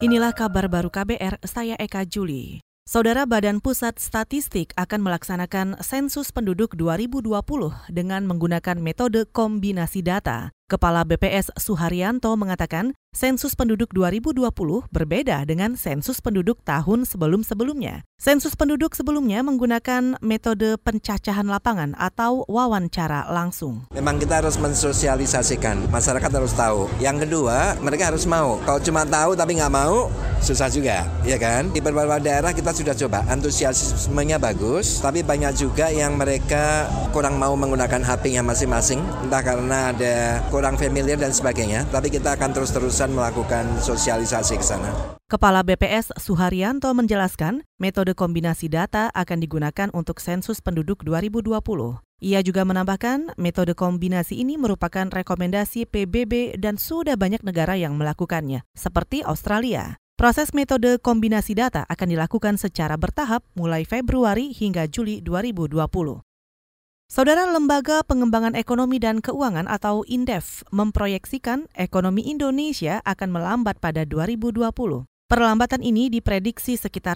Inilah kabar baru KBR, saya Eka Juli. Saudara, Badan Pusat Statistik akan melaksanakan sensus penduduk 2020 dengan menggunakan metode kombinasi data. Kepala BPS Suharyanto mengatakan, sensus penduduk 2020 berbeda dengan sensus penduduk tahun sebelum-sebelumnya. Sensus penduduk sebelumnya menggunakan metode pencacahan lapangan atau wawancara langsung. Memang kita harus mensosialisasikan, masyarakat harus tahu. Yang kedua, mereka harus mau. Kalau cuma tahu tapi nggak mau, susah juga, ya kan? Di beberapa daerah kita sudah coba, antusiasmenya bagus, tapi banyak juga yang mereka kurang mau menggunakan HP-nya masing-masing, entah karena ada kurang familiar dan sebagainya, tapi kita akan terus-terusan melakukan sosialisasi ke sana. Kepala BPS Suharyanto menjelaskan, metode kombinasi data akan digunakan untuk sensus penduduk 2020. Ia juga menambahkan, metode kombinasi ini merupakan rekomendasi PBB dan sudah banyak negara yang melakukannya, seperti Australia. Proses metode kombinasi data akan dilakukan secara bertahap mulai Februari hingga Juli 2020. Saudara, Lembaga Pengembangan Ekonomi dan Keuangan atau INDEF memproyeksikan ekonomi Indonesia akan melambat pada 2020. Perlambatan ini diprediksi sekitar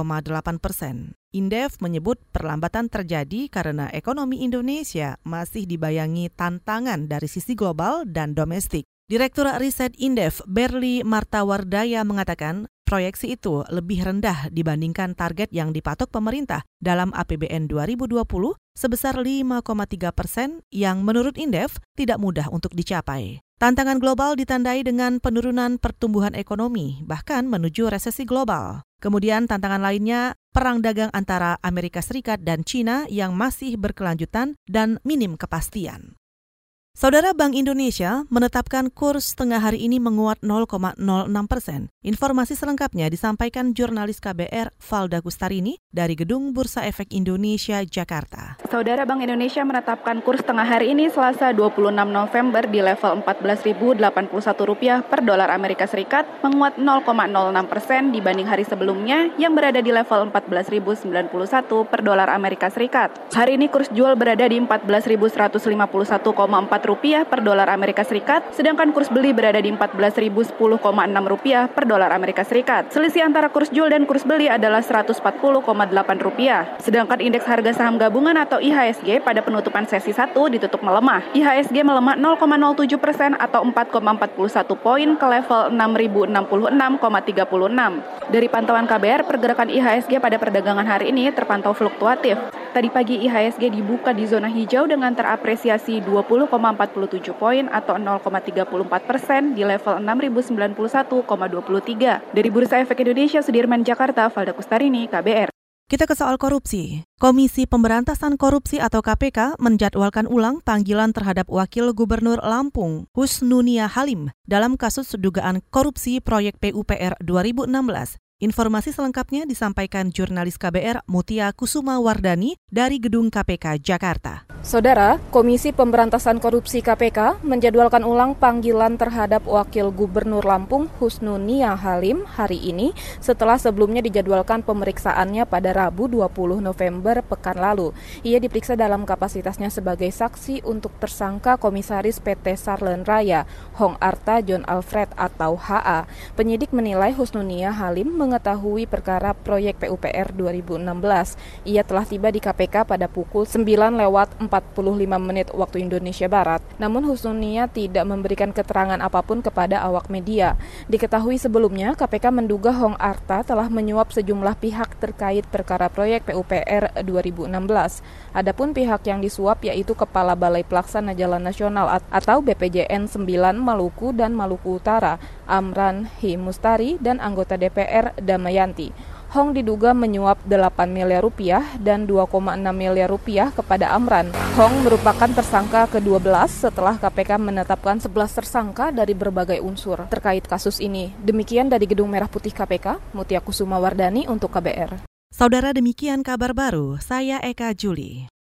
4,8%. INDEF menyebut perlambatan terjadi karena ekonomi Indonesia masih dibayangi tantangan dari sisi global dan domestik. Direktur Riset INDEF, Berli Martawardaya mengatakan, proyeksi itu lebih rendah dibandingkan target yang dipatok pemerintah dalam APBN 2020 sebesar 5,3% yang menurut INDEF tidak mudah untuk dicapai. Tantangan global ditandai dengan penurunan pertumbuhan ekonomi, bahkan menuju resesi global. Kemudian tantangan lainnya, perang dagang antara Amerika Serikat dan China yang masih berkelanjutan dan minim kepastian. Saudara, Bank Indonesia menetapkan kurs tengah hari ini menguat 0,06%. Informasi selengkapnya disampaikan jurnalis KBR Valda Kustarini dari Gedung Bursa Efek Indonesia, Jakarta. Saudara, Bank Indonesia menetapkan kurs tengah hari ini Selasa 26 November di level Rp14.081 per dolar Amerika Serikat, menguat 0,06% dibanding hari sebelumnya yang berada di level Rp14.091 per dolar Amerika Serikat. Hari ini kurs jual berada di Rp14.151,4 per dolar Amerika Serikat, sedangkan kurs beli berada di Rp14.010,6 per dolar Amerika Serikat. Selisih antara kurs jual dan kurs beli adalah Rp140,8. Sedangkan indeks harga saham gabungan atau IHSG pada penutupan sesi 1 ditutup melemah. IHSG melemah 0,07% atau 4,41 poin ke level 6.066,36. Dari pantauan KBR, pergerakan IHSG pada perdagangan hari ini terpantau fluktuatif. Tadi pagi IHSG dibuka di zona hijau dengan terapresiasi 20,47 poin atau 0,34% di level 6.091,23. Dari Bursa Efek Indonesia, Sudirman, Jakarta, Valda Kustarini, KBR. Kita ke soal korupsi. Komisi Pemberantasan Korupsi atau KPK menjadwalkan ulang panggilan terhadap Wakil Gubernur Lampung, Husnunia Halim, dalam kasus dugaan korupsi proyek PUPR 2016. Informasi selengkapnya disampaikan jurnalis KBR Mutia Kusuma Wardani dari Gedung KPK Jakarta. Saudara, Komisi Pemberantasan Korupsi KPK menjadwalkan ulang panggilan terhadap Wakil Gubernur Lampung Husnunia Halim hari ini setelah sebelumnya dijadwalkan pemeriksaannya pada Rabu 20 November pekan lalu. Ia diperiksa dalam kapasitasnya sebagai saksi untuk tersangka Komisaris PT Sarlen Raya, Hong Arta John Alfred atau HA. Penyidik menilai Husnunia Halim mengetahui perkara proyek PUPR 2016. Ia telah tiba di KPK pada pukul 9:45 waktu Indonesia Barat. Namun Husnunia tidak memberikan keterangan apapun kepada awak media. Diketahui sebelumnya KPK menduga Hong Arta telah menyuap sejumlah pihak terkait perkara proyek PUPR 2016. Adapun pihak yang disuap yaitu Kepala Balai Pelaksana Jalan Nasional atau BPJN 9 Maluku dan Maluku Utara, Amran Himustari, dan anggota DPR Damayanti. Hong diduga menyuap 8 miliar rupiah dan 2,6 miliar rupiah kepada Amran. Hong merupakan tersangka ke-12 setelah KPK menetapkan 11 tersangka dari berbagai unsur terkait kasus ini. Demikian dari Gedung Merah Putih KPK, Mutia Kusuma Wardani untuk KBR. Saudara, demikian kabar baru. Saya Eka Juli.